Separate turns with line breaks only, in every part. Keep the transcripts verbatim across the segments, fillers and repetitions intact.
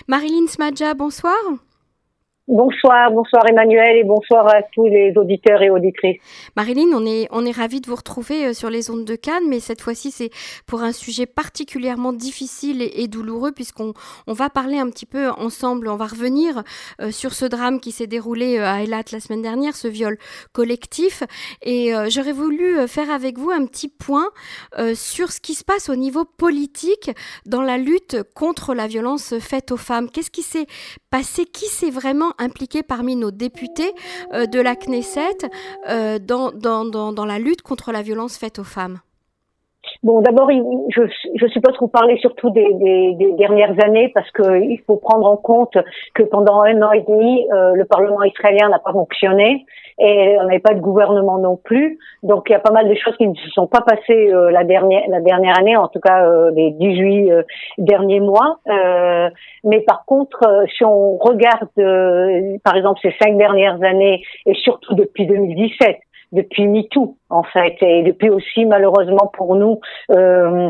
Marilyn Smadja, bonsoir.
Bonsoir, bonsoir Emmanuel et bonsoir à tous les auditeurs et auditrices.
Marilyn, on est, on est ravis de vous retrouver sur les ondes de Cannes, mais cette fois-ci c'est pour un sujet particulièrement difficile et, et douloureux puisqu'on on va parler un petit peu ensemble, on va revenir euh, sur ce drame qui s'est déroulé à Eilat la semaine dernière, ce viol collectif. Et euh, j'aurais voulu faire avec vous un petit point euh, sur ce qui se passe au niveau politique dans la lutte contre la violence faite aux femmes. Qu'est-ce qui s'est passé? Qui s'est vraiment impliqué parmi nos députés euh, de la Knesset euh, dans, dans, dans, dans la lutte contre la violence faite aux femmes?
Bon, d'abord, je, je suppose que vous parlez surtout des, des, des dernières années parce que il faut prendre en compte que pendant un an et demi, euh, le Parlement israélien n'a pas fonctionné et on n'avait pas de gouvernement non plus. Donc, il y a pas mal de choses qui ne se sont pas passées euh, la dernière la dernière année, en tout cas euh, les dix-huit euh, derniers mois. Euh, mais par contre, euh, si on regarde, euh, par exemple, ces cinq dernières années et surtout depuis deux mille dix-sept, depuis MeToo en fait, et depuis aussi malheureusement pour nous euh,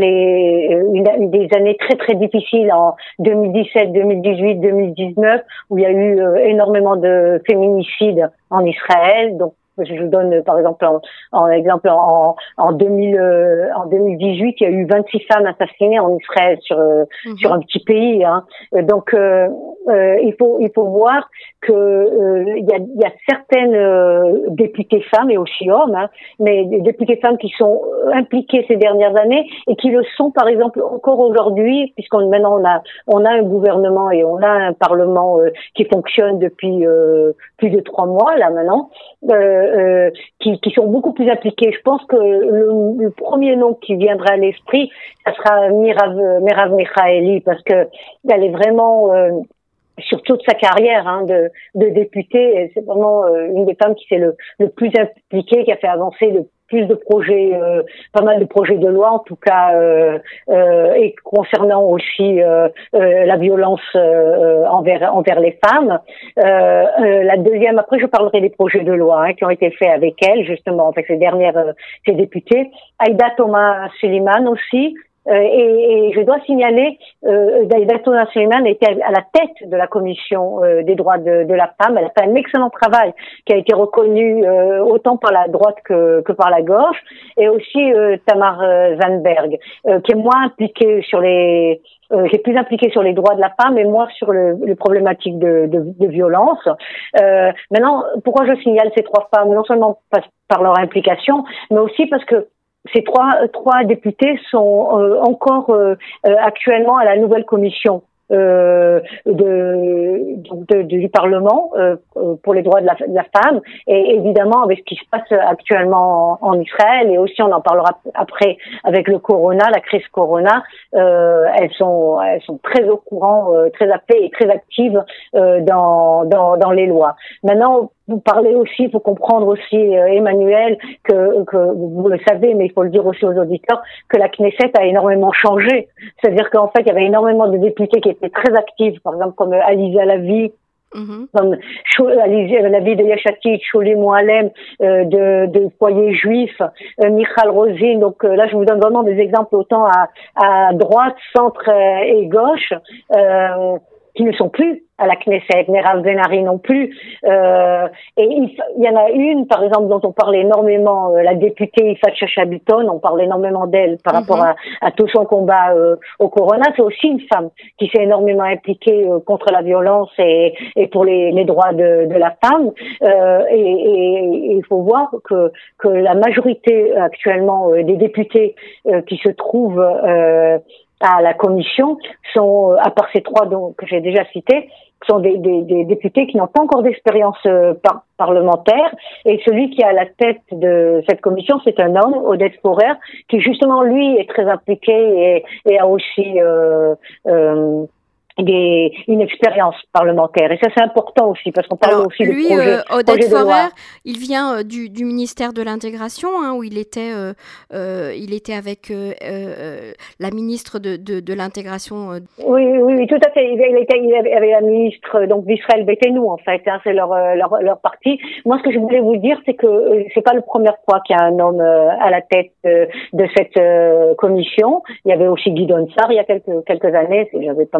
les une, une des années très très difficiles en deux mille dix-sept, deux mille dix-huit, deux mille dix-neuf où il y a eu euh, énormément de féminicides en Israël. Donc je vous donne par exemple en, en exemple en, en deux mille euh, en deux mille dix-huit, il y a eu vingt-six femmes assassinées en Israël sur euh, mm-hmm. sur un petit pays. Hein. Donc euh, euh, il faut il faut voir que euh, il y a il y a certaines euh, députées femmes et aussi hommes, hein, mais des députées femmes qui sont impliquées ces dernières années et qui le sont par exemple encore aujourd'hui, puisqu'on maintenant on a on a un gouvernement et on a un parlement euh, qui fonctionne depuis euh, plus de trois mois là maintenant. Euh, Euh, qui, qui sont beaucoup plus impliqués. Je pense que le, le premier nom qui viendra à l'esprit, ça sera Mirav, Merav Michaeli, parce que elle est vraiment euh, sur toute sa carrière hein, de, de députée, c'est vraiment euh, une des femmes qui s'est le, le plus impliquée, qui a fait avancer le plus de projets, euh, pas mal de projets de loi en tout cas, euh, euh, et concernant aussi euh, euh, la violence euh, envers envers les femmes. Euh, euh, la deuxième, après je parlerai des projets de loi hein, qui ont été faits avec elle justement, avec ces dernières euh, ces députées. Aïda Thomas Suliman aussi. Euh, et, et je dois signaler, euh, Aïda Thomas Suliman était à la tête de la commission euh, des droits de, de la femme. Elle a fait un excellent travail qui a été reconnu euh, autant par la droite que, que par la gauche, et aussi euh, Tamar Zandberg, euh, qui est moins impliquée sur les Euh, qui est plus impliquée sur les droits de la femme et moins sur le, les problématiques de, de, de violence. Euh, maintenant, pourquoi je signale ces trois femmes? Non seulement par, par leur implication, mais aussi parce que ces trois, trois députés sont euh, encore euh, euh, actuellement à la nouvelle commission Euh, de, de, de, du Parlement euh, pour les droits de la, de la femme, et évidemment avec ce qui se passe actuellement en, en Israël, et aussi on en parlera après avec le corona, la crise corona, euh, elles sont elles sont très au courant, euh, très appelées et très actives euh, dans, dans dans les lois. Maintenant, vous parlez aussi, il faut comprendre aussi, euh, Emmanuel, que, que vous le savez, mais il faut le dire aussi aux auditeurs, que la Knesset a énormément changé. C'est-à-dire qu'en fait, il y avait énormément de députés qui étaient très actifs, par exemple comme Aliza Lavi, mm-hmm. comme Aliza Lavi de Yesh Atid, Sholim Moalem euh, de, de foyer juif, euh, Michal Rosin. Donc euh, là, je vous donne vraiment des exemples autant à, à droite, centre euh, et gauche, euh, qui ne sont plus à la Knesset, Merav Ben-Ari non plus. Euh, et il, il y en a une, par exemple, dont on parle énormément, euh, la députée Yifat Shasha Bitton, on parle énormément d'elle par mm-hmm. rapport à, à tout son combat euh, au corona. C'est aussi une femme qui s'est énormément impliquée euh, contre la violence et, et pour les, les droits de, de la femme. Euh, et, et, et il faut voir que, que la majorité actuellement euh, des députés euh, qui se trouvent euh, à la commission sont, à part ces trois dont, que j'ai déjà cités, sont des, des, des députés qui n'ont pas encore d'expérience euh, par, parlementaire, et celui qui est à la tête de cette commission, c'est un homme, Oded Forer, qui justement lui est très impliqué et, et a aussi euh, euh, des, une expérience parlementaire. Et ça, c'est important aussi, parce qu'on parle
Alors,
aussi
lui,
de projet,
euh, Oded
projet de
Forer,
loi.
Il vient euh, du, du ministère de l'intégration, hein, où il était, euh, euh, il était avec euh, euh, la ministre de, de, de l'intégration. Euh.
Oui, oui, oui, tout à fait. Il, il, était, il avait la ministre donc d'Israël Beitenou, en fait. Hein, c'est leur, leur leur parti. Moi, ce que je voulais vous dire, c'est que euh, c'est pas la première fois qu'il y a un homme euh, à la tête euh, de cette euh, commission. Il y avait aussi Guy Donsar il y a quelques quelques années. J'avais pas mal de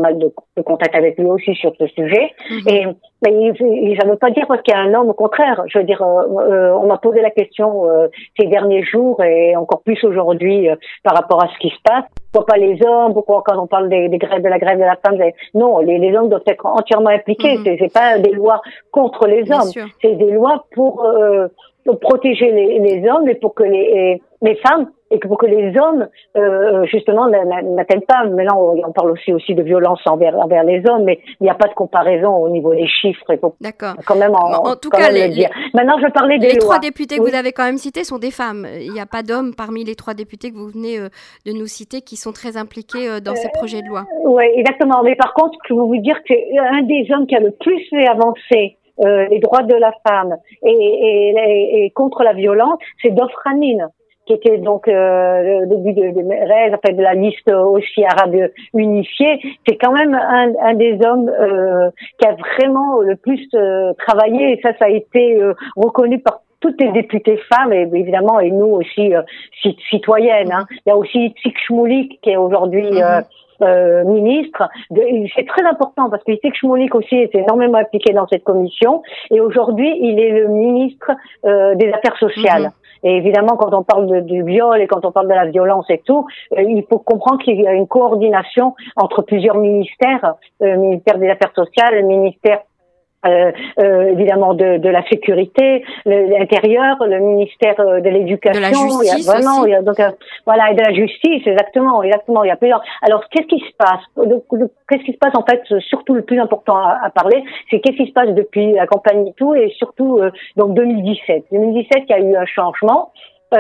de contact avec lui aussi sur ce sujet.
Mmh.
Et mais ça ne veut pas dire parce qu'il y a un homme, au contraire. Je veux dire, euh, euh, on m'a posé la question euh, ces derniers jours et encore plus aujourd'hui euh, par rapport à ce qui se passe. Pourquoi pas les hommes? Pourquoi quand on parle des, des grèves de la grève de la femme? Non, les, les hommes doivent être entièrement impliqués. Mmh. C'est, c'est pas des lois contre les
Bien
hommes.
sûr. C'est
des lois pour, euh, pour protéger les, les hommes et pour que les, les femmes et pour que les hommes euh, justement n'atteignent pas. Mais là, on, on parle aussi aussi de violence envers envers les hommes, mais il n'y a pas de comparaison au niveau des chiffres. Il faut
D'accord.
quand même en,
en tout
quand
cas,
même
les,
le dire. Maintenant, je parlais des
les
lois.
trois députés
oui.
que vous avez quand même cités sont des femmes. Il n'y a pas d'hommes parmi les trois députés que vous venez euh, de nous citer qui sont très impliqués euh, dans euh, ces projets de loi.
Oui, exactement. Mais par contre, je veux vous dire que un des hommes qui a le plus fait avancer Euh, les droits de la femme et, et, et contre la violence, c'est Dov Ramin, qui était donc euh, le début de, de, de, de la liste aussi arabe unifiée. C'est quand même un, un des hommes euh, qui a vraiment le plus euh, travaillé, et ça, ça a été euh, reconnu par toutes les députées femmes et évidemment et nous aussi euh, citoyennes. Hein. Il y a aussi Itzhak Shmoulik qui est aujourd'hui euh, Euh, ministre. De, c'est très important parce que Itzhak Shmoulik aussi est énormément impliqué dans cette commission et aujourd'hui il est le ministre euh, des Affaires sociales. Mm-hmm. Et évidemment quand on parle de, du viol et quand on parle de la violence et tout, euh, il faut comprendre qu'il y a une coordination entre plusieurs ministères, euh, le ministère des Affaires sociales, le ministère Euh, euh, évidemment de, de la sécurité, l'intérieur, le ministère de l'éducation,
de la justice,
il y a vraiment,
aussi.
Il y a donc euh, voilà, et de la justice, exactement, exactement. Il y a plusieurs. Alors, qu'est-ce qui se passe le, le, Qu'est-ce qui se passe en fait? Surtout le plus important à, à parler, c'est qu'est-ce qui se passe depuis la campagne MeToo et surtout euh, donc deux mille dix-sept. deux mille dix-sept, il y a eu un changement. Euh,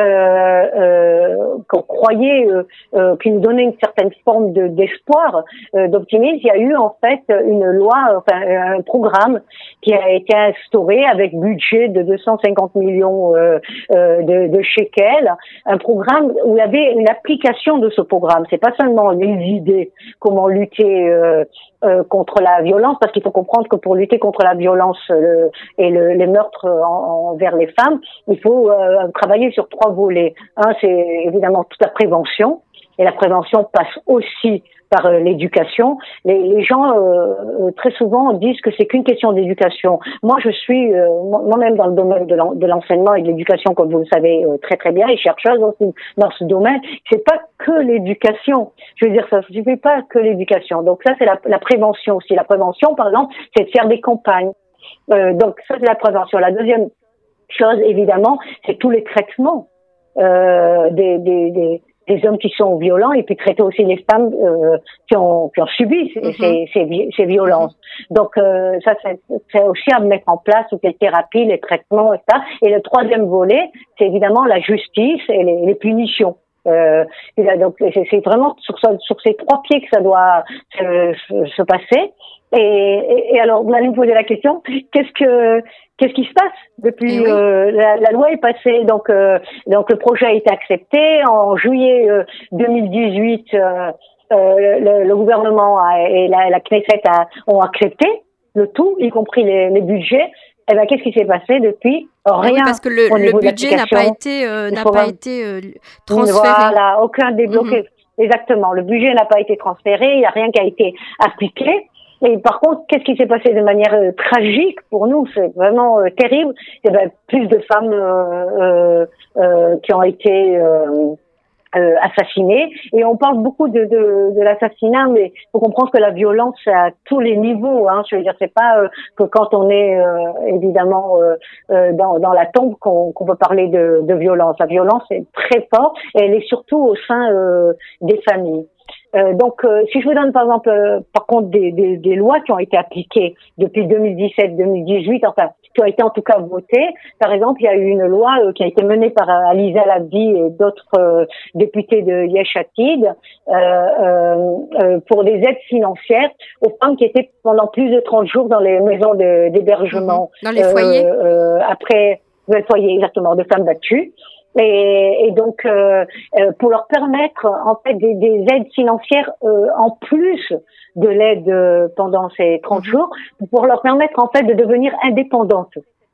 euh, qu'on croyait, euh, euh, qui nous donnait une certaine forme de, d'espoir, euh, d'optimisme. Il y a eu en fait une loi, enfin un programme qui a été instauré avec budget de deux cent cinquante millions euh, euh, de, de shekels. Un programme où il y avait une application de ce programme. C'est pas seulement les idées, comment lutter euh, euh, contre la violence, parce qu'il faut comprendre que pour lutter contre la violence euh, et le, les meurtres en, envers les femmes, il faut euh, travailler sur trois volets. Un, c'est évidemment toute la prévention, et la prévention passe aussi par euh, l'éducation. Les, les gens euh, très souvent disent que c'est qu'une question d'éducation. Moi, je suis euh, moi-même dans le domaine de, l'en, de l'enseignement et de l'éducation, comme vous le savez euh, très très bien, et chercheuse aussi dans ce domaine. C'est pas que l'éducation. Je veux dire, ça ne suffit pas que l'éducation. Donc ça, c'est la, la prévention aussi. La prévention, par exemple, c'est de faire des campagnes. Euh, donc ça, c'est la prévention. La deuxième chose, évidemment, c'est tous les traitements euh, des, des, des des hommes qui sont violents et puis traiter aussi les femmes euh, qui ont qui ont subi ces, mm-hmm. ces, ces, ces violences. Mm-hmm. Donc euh, ça c'est, c'est aussi à mettre en place toutes les thérapies, les traitements et ça. Et le troisième volet, c'est évidemment la justice et les, les punitions. Euh, et là, donc c'est, c'est vraiment sur, sur ces trois pieds que ça doit se, se, se passer. Et, et, et alors, vous allez me poser la question, qu'est-ce que qu'est-ce qui se passe depuis oui. euh, la, la loi est passée, donc euh, donc le projet a été accepté en juillet euh, deux mille dix-huit. Euh, euh, le, le gouvernement a, et la, la Knesset a, ont accepté le tout, y compris les, les budgets. Eh ben, qu'est-ce qui s'est passé depuis? Rien.
Oui, parce que le, le budget n'a pas été euh, n'a pas été euh, transféré.
Voilà, aucun débloqué. Mm-hmm. Exactement, le budget n'a pas été transféré, il n'y a rien qui a été appliqué. Et par contre, qu'est-ce qui s'est passé de manière euh, tragique pour nous? C'est vraiment euh, terrible. Eh ben, plus de femmes euh, euh, euh, qui ont été euh, euh, assassinées. Et on parle beaucoup de, de, de l'assassinat, mais il faut comprendre que la violence, c'est à tous les niveaux. Hein. Je veux dire, c'est pas euh, que quand on est euh, évidemment euh, euh, dans, dans la tombe qu'on, qu'on peut parler de, de violence. La violence est très forte et elle est surtout au sein euh, des familles. Euh, donc, euh, si je vous donne par exemple, euh, par contre, des, des, des lois qui ont été appliquées depuis deux mille dix-sept deux mille dix-huit, enfin, qui ont été en tout cas votées. Par exemple, il y a eu une loi euh, qui a été menée par euh, Aliza Labdi et d'autres euh, députés de Yesh Atid euh, euh, euh, pour des aides financières aux femmes qui étaient pendant plus de trente jours dans les maisons de, d'hébergement.
Mmh. Dans les foyers.
Euh, euh, après, dans les foyers, exactement, de femmes battues. Et, et donc euh, euh, pour leur permettre en fait des, des aides financières euh, en plus de l'aide euh, pendant ces trente jours, pour leur permettre en fait de devenir indépendantes.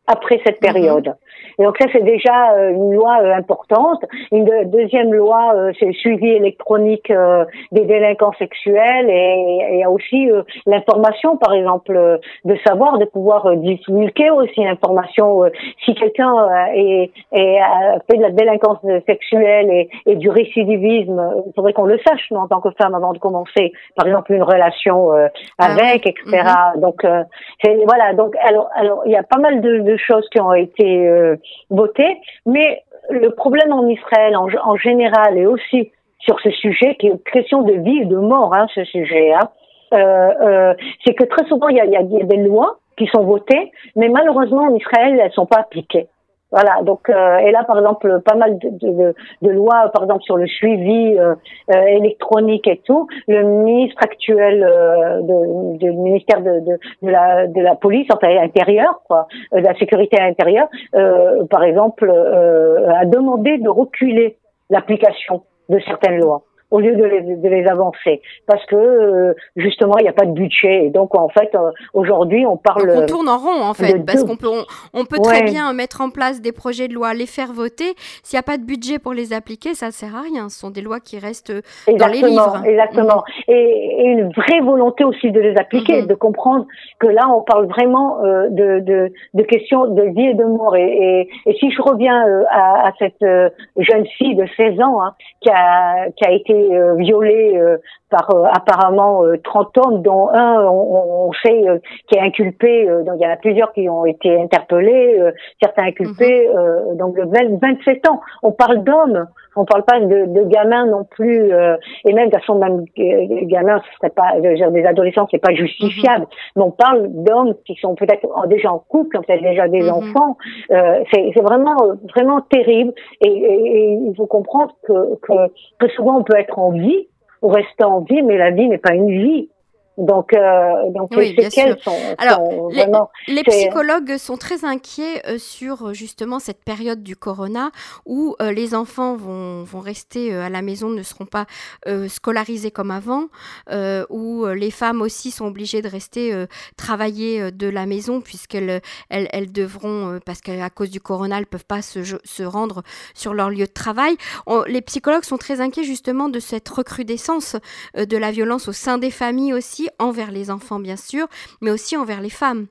après cette période. Mmh. Et donc ça, c'est déjà euh, une loi euh, importante. Une de, deuxième loi, euh, c'est le suivi électronique euh, des délinquants sexuels, et il y a aussi euh, l'information, par exemple, euh, de savoir, de pouvoir euh, divulguer aussi l'information. Euh, si quelqu'un euh, est, est, a fait de la délinquance sexuelle et, et du récidivisme, il faudrait qu'on le sache, nous, en tant que femme, avant de commencer, par exemple, une relation euh, avec, ah, et cetera. Mmh. Donc, euh, c'est, voilà. Donc, alors, alors, il y a pas mal de, de choses qui ont été euh, votées, mais le problème en Israël, en, en général, et aussi sur ce sujet, qui est une question de vie et de mort, hein, ce sujet, hein, euh, euh, c'est que très souvent, il y a, il y a des lois qui sont votées, mais malheureusement, en Israël, elles sont pas appliquées. Voilà, donc euh, et là par exemple pas mal de, de, de lois, par exemple sur le suivi euh, euh, électronique et tout. Le ministre actuel euh, de, de, du ministère de, de, de la de la police, enfin intérieure, quoi, de la sécurité intérieure, euh, par exemple, euh, a demandé de reculer l'application de certaines lois au lieu de les, de les avancer, parce que euh, justement il n'y a pas de budget, et donc en fait euh, aujourd'hui on parle.
Donc on tourne en rond en fait, parce qu'on peut on, on peut ouais. très bien mettre en place des projets de loi, les faire voter. S'il n'y a pas de budget pour les appliquer, ça ne sert à rien. Ce sont des lois qui restent exactement, dans les livres.
Exactement. Mmh. Et, et une vraie volonté aussi de les appliquer, mmh. de comprendre que là on parle vraiment euh, de, de, de questions de vie et de mort. Et, et, et si je reviens euh, à, à cette euh, jeune fille de seize ans hein, qui a qui a été Euh, violé euh, par euh, apparemment euh, trente hommes, dont un on, on sait euh, qui est inculpé, euh, donc il y en a plusieurs qui ont été interpellés, euh, certains inculpés, mm-hmm. euh, donc de vingt-sept ans. On parle d'hommes, on parle pas de, de gamins non plus, euh, et même de toute façon même euh, gamins, ce serait pas, euh, des adolescents, c'est pas justifiable. Mm-hmm. Mais on parle d'hommes qui sont peut-être déjà en couple, qui ont peut-être déjà des mm-hmm. enfants. Euh, c'est, c'est vraiment vraiment terrible, et, et, et il faut comprendre que, que que souvent on peut être en vie ou rester en vie, mais la vie n'est pas une vie. Donc, euh, donc
oui,
les séquelles sont,
Alors,
sont
les,
vraiment...
Les psychologues sont très inquiets euh, sur justement cette période du corona où euh, les enfants vont, vont rester euh, à la maison, ne seront pas euh, scolarisés comme avant, euh, où euh, les femmes aussi sont obligées de rester euh, travailler euh, de la maison puisqu'elles elles, elles devront, euh, parce qu'à cause du corona, elles ne peuvent pas se, se rendre sur leur lieu de travail. On, les psychologues sont très inquiets justement de cette recrudescence euh, de la violence au sein des familles aussi, envers les enfants bien sûr, mais aussi envers les femmes.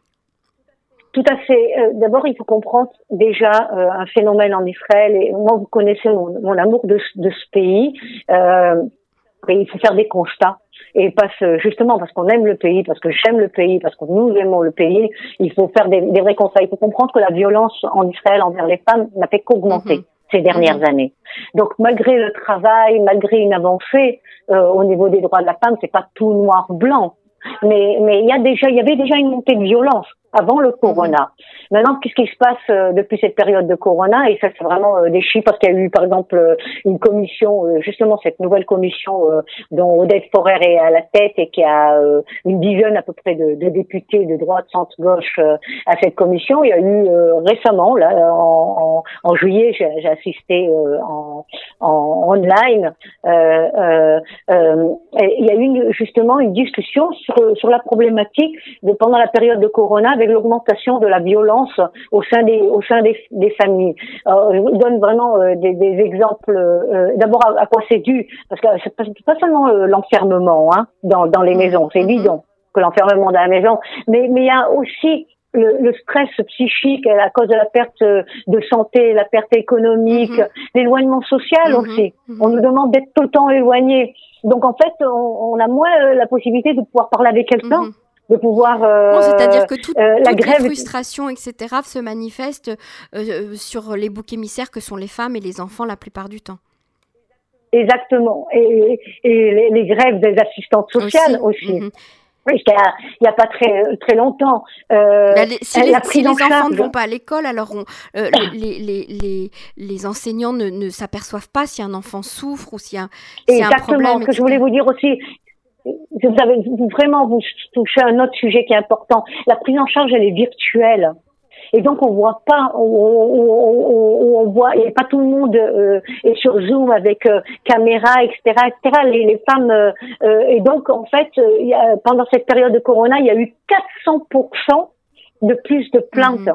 Tout à fait. Euh, d'abord, il faut comprendre déjà euh, un phénomène en Israël, et moi vous connaissez mon, mon amour de, de ce pays, euh, et il faut faire des constats. Et pas justement parce qu'on aime le pays, parce que j'aime le pays, parce que nous aimons le pays, il faut faire des, des vrais constats. Il faut comprendre que la violence en Israël envers les femmes n'a fait qu'augmenter. Mm-hmm. ces dernières mmh. années. Donc malgré le travail, malgré une avancée euh, au niveau des droits de la femme, c'est pas tout noir blanc, mais mais il y a déjà il y avait déjà une montée de violence avant le corona. Mmh. Maintenant, qu'est-ce qui se passe euh, depuis cette période de corona? Et ça, c'est vraiment euh, des chiffres, parce qu'il y a eu, par exemple, euh, une commission, euh, justement cette nouvelle commission euh, dont Oded Forer est à la tête, et qui a euh, une dizaine à peu près de, de députés de droite, centre, gauche euh, à cette commission. Il y a eu euh, récemment, là, en, en, en juillet, j'ai, j'ai assisté euh, en, en online. Euh, euh, euh, il y a eu justement une discussion sur sur la problématique de pendant la période de corona, avec l'augmentation de la violence au sein des au sein des, des familles. Euh, je vous donne vraiment euh, des, des exemples. Euh, d'abord, à, à quoi c'est dû? Parce que c'est pas, c'est pas seulement euh, l'enfermement hein, dans dans les maisons, c'est évident que l'enfermement dans la maison, mais mais il y a aussi le, le stress psychique à cause de la perte de santé, la perte économique, mm-hmm. l'éloignement social mm-hmm. aussi. Mm-hmm. On nous demande d'être tout le temps éloignés. Donc en fait, on, on a moins la possibilité de pouvoir parler avec quelqu'un. Mm-hmm. de pouvoir euh,
bon, c'est-à-dire que tout,
euh, la
toutes
grève...
les frustrations, et cetera, se manifestent euh, sur les boucs émissaires que sont les femmes et les enfants la plupart du temps.
Exactement. Et, et les, les grèves des assistantes sociales aussi. aussi. Mm-hmm. Oui, il y a, il y a pas très très longtemps. Euh,
bah les, si les, si les enfants ne vont pas à l'école, alors on, euh, les, les les les enseignants ne, ne s'aperçoivent pas si un enfant souffre ou s'il y a, s'il y a un problème.
Exactement. Ce que je voulais vous dire aussi. Vous avez vraiment vous touché un autre sujet qui est important. La prise en charge, elle est virtuelle, et donc on voit pas, on, on, on, on voit, et pas tout le monde euh, est sur Zoom avec euh, caméra, et cetera, et cetera. Les, les femmes, euh, euh, et donc en fait, euh, il y a, pendant cette période de Corona, il y a eu quatre cents pour cent de plus de plaintes. Mmh.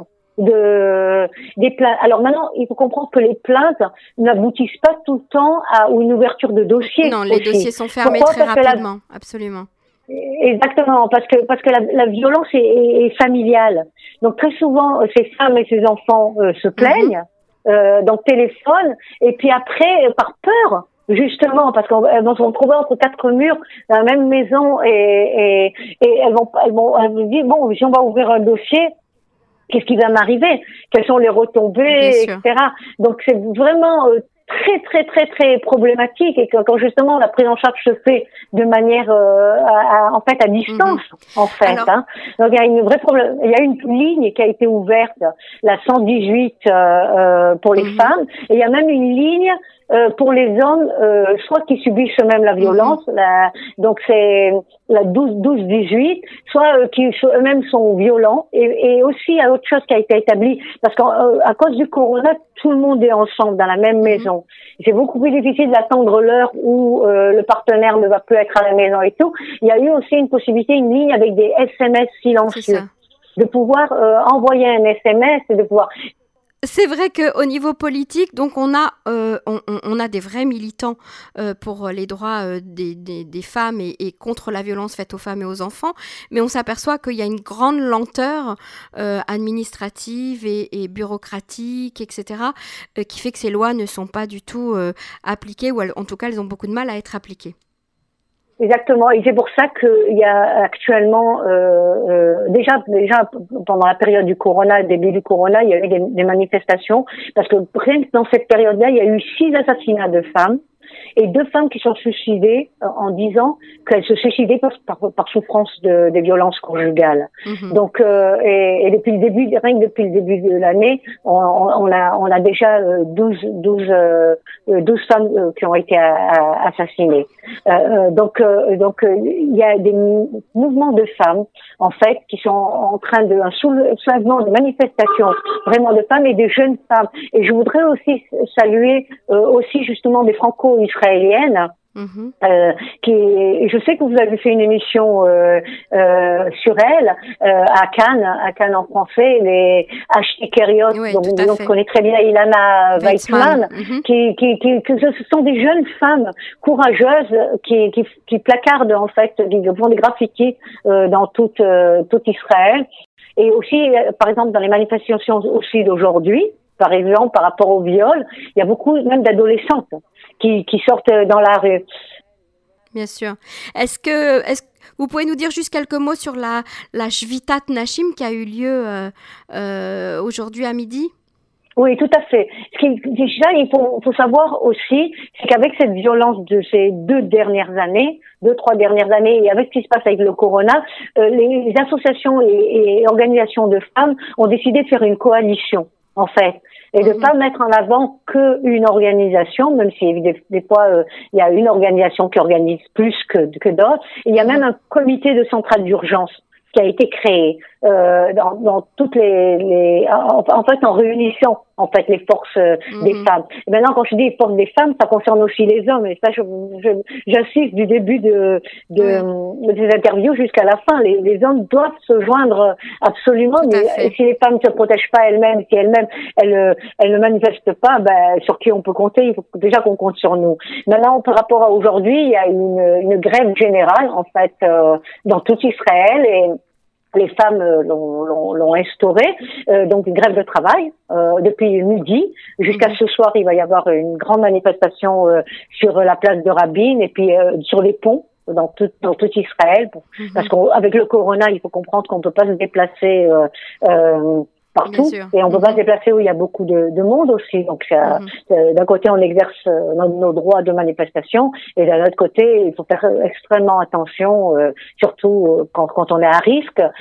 de des plaintes. Alors maintenant, il faut comprendre que les plaintes n'aboutissent pas tout le temps à une ouverture de dossier.
Non, les
aussi.
dossiers sont fermés
Pourquoi?
très
Parce que
rapidement,
la...
absolument.
Exactement, parce que parce que la, la violence est, est, est familiale. Donc très souvent, ces femmes et ces enfants euh, se plaignent, mm-hmm. euh, donc téléphonent, et puis après, par peur. Justement, parce qu'elles vont se retrouver entre quatre murs dans la même maison et, et, et elles vont, elles vont, elles vont dire, bon, si on va ouvrir un dossier, qu'est-ce qui va m'arriver? Quelles sont les retombées, et cetera. Donc c'est vraiment euh, très, très, très, très problématique et quand, quand justement la prise en charge se fait de manière, euh, à, à, en fait, à distance, mmh. en fait. Alors... Hein. Donc il y a une vraie problème. Il y a une ligne qui a été ouverte, la cent dix-huit euh, euh, pour les mmh. femmes, et il y a même une ligne Euh, pour les hommes, euh, soit qui subissent eux-mêmes la violence, mmh. la, donc c'est la douze dix-huit, soit euh, qui eux-mêmes sont violents. Et, et aussi, il y a autre chose qui a été établie, parce qu'à euh, cause du corona, tout le monde est ensemble dans la même mmh. maison. C'est beaucoup plus difficile d'attendre l'heure où euh, le partenaire ne va plus être à la maison et tout. Il y a eu aussi une possibilité, une ligne avec des S M S silencieux, de pouvoir euh, envoyer un S M S et de pouvoir...
C'est vrai qu'au niveau politique, donc on a, euh, on, on a des vrais militants euh, pour les droits euh, des, des, des femmes et, et contre la violence faite aux femmes et aux enfants, mais on s'aperçoit qu'il y a une grande lenteur euh, administrative et, et bureaucratique, et cetera, euh, qui fait que ces lois ne sont pas du tout euh, appliquées, ou elles, en tout cas elles ont beaucoup de mal à être appliquées.
Exactement, et c'est pour ça qu'il y a actuellement, euh, euh, déjà, déjà pendant la période du corona, début du corona, il y a eu des, des manifestations, parce que rien que dans cette période-là, il y a eu six assassinats de femmes, et deux femmes qui sont suicidées euh, en disant qu'elles se suicidaient par, par, par souffrance de, de violences conjugales. Mmh. Donc, euh, et, et depuis le début, rien que depuis le début de l'année, on, on, on a, on a déjà douze, douze, euh, douze femmes euh, qui ont été a, a, assassinées. Euh, donc, euh, donc, euh, il y a des mouvements de femmes, en fait, qui sont en train de un soulèvement de manifestations vraiment de femmes et de jeunes femmes. Et je voudrais aussi saluer euh, aussi justement des franco-israéliennes. Mmh. Euh, qui, je sais que vous avez fait une émission euh, euh, sur elle euh, à Cannes, à Cannes en français, les Ashtikeriot, oui, dont on connaît très bien Ilana Weizmann, mmh. qui, qui, qui, que ce sont des jeunes femmes courageuses qui, qui, qui placardent en fait, qui font des graffitis euh, dans toute, euh, tout Israël, et aussi, par exemple, dans les manifestations aussi d'aujourd'hui. Par exemple, par rapport au viol, il y a beaucoup même d'adolescentes qui, qui sortent dans la rue.
Bien sûr. Est-ce que, est-ce que vous pouvez nous dire juste quelques mots sur la, la Shvitat Nashim qui a eu lieu euh, euh, aujourd'hui à midi?
Oui, tout à fait. Ce qui, déjà, il faut, faut savoir aussi, c'est qu'avec cette violence de ces deux dernières années, deux, trois dernières années, et avec ce qui se passe avec le corona, euh, les, les associations et, et organisations de femmes ont décidé de faire une coalition, en fait, et de mmh. pas mettre en avant qu'une organisation, même si des, des fois euh, il y a une organisation qui organise plus que, que d'autres. Il y a même un comité de centrale d'urgence qui a été créé euh, dans, dans toutes les, les en, en fait en réunissant en fait les forces euh, mmh. des femmes. Et maintenant quand je dis les forces des femmes, ça concerne aussi les hommes. Et ça, je, je, j'insiste du début de, de, mmh. des interviews jusqu'à la fin. Les, les hommes doivent se joindre absolument. Tout mais si les femmes ne se protègent pas elles-mêmes, si elles-mêmes elles, elles ne manifestent pas, ben sur qui on peut compter? Il faut déjà qu'on compte sur nous. Maintenant, par rapport à aujourd'hui, il y a une, une grève générale en fait euh, dans tout Israël et les femmes euh, l'ont, l'ont, l'ont instauré, euh, donc une grève de travail euh, depuis midi jusqu'à mmh. ce soir. Il va y avoir une grande manifestation euh, sur la place de Rabin et puis euh, sur les ponts dans tout dans tout Israël, mmh. parce qu'avec le corona, il faut comprendre qu'on peut pas se déplacer euh, euh, partout et on peut mmh. pas se déplacer où il y a beaucoup de, de monde aussi. Donc ça, mmh. d'un côté on exerce euh, nos, nos droits de manifestation et d'un autre côté il faut faire extrêmement attention, euh, surtout euh, quand, quand on est à risque euh,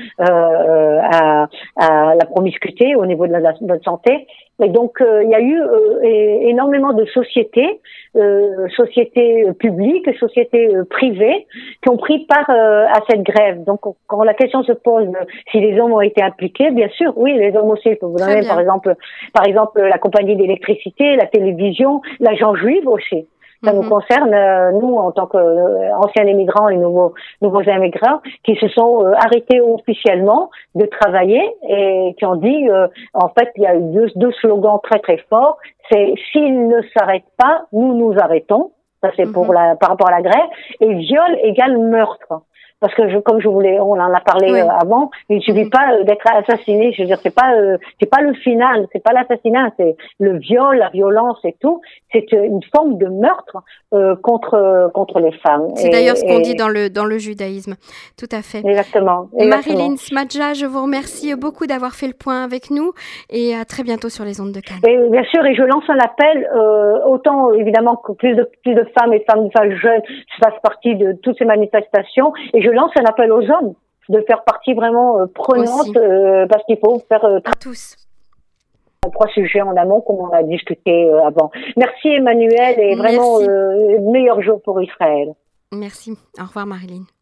à, à la promiscuité au niveau de, la, de notre santé. Et donc euh, il y a eu euh, énormément de sociétés, euh, sociétés publiques, sociétés euh, privées qui ont pris part euh, à cette grève. Donc quand la question se pose euh, si les hommes ont été impliqués, bien sûr, oui, les hommes aussi. Je peux vous donner par exemple, par exemple la compagnie d'électricité, la télévision, l'agent juive aussi. Ça
Mhm.
nous concerne, euh, nous, en tant qu'anciens euh, immigrants et nouveaux, nouveaux immigrants, qui se sont euh, arrêtés officiellement de travailler et qui ont dit, euh, en fait, il y a eu deux, deux slogans très très forts. C'est « s'ils ne s'arrêtent pas, nous nous arrêtons ». Ça, c'est pour
Mhm.
la, par rapport à la grève. Et viol égale meurtre. Parce que je, comme je voulais, on en a parlé
Oui.
euh, avant, il ne suffit
Mhm.
pas euh, d'être assassiné. Je veux dire, c'est pas, euh, c'est pas le final, c'est pas l'assassinat, c'est le viol, la violence et tout. C'est euh, une forme de meurtre euh, contre euh, contre les femmes.
C'est
Et,
d'ailleurs ce qu'on
et-
dit dans le, dans le judaïsme. Tout à fait.
Exactement, exactement.
Marilyn Smadja, je vous remercie beaucoup d'avoir fait le point avec nous et à très bientôt sur les ondes de Cannes.
Et bien sûr, et je lance un appel, euh, autant évidemment que plus de plus de femmes et femmes, femmes jeunes fassent partie de toutes ces manifestations, et je lance un appel aux hommes de faire partie vraiment euh, prenante, euh, parce qu'il faut faire euh,
À tous.
trois sujets en amont comme on a discuté euh, avant. Merci Emmanuel, et vraiment
Merci.
euh, meilleur jour pour Israël.
Merci. Au revoir Marilyn.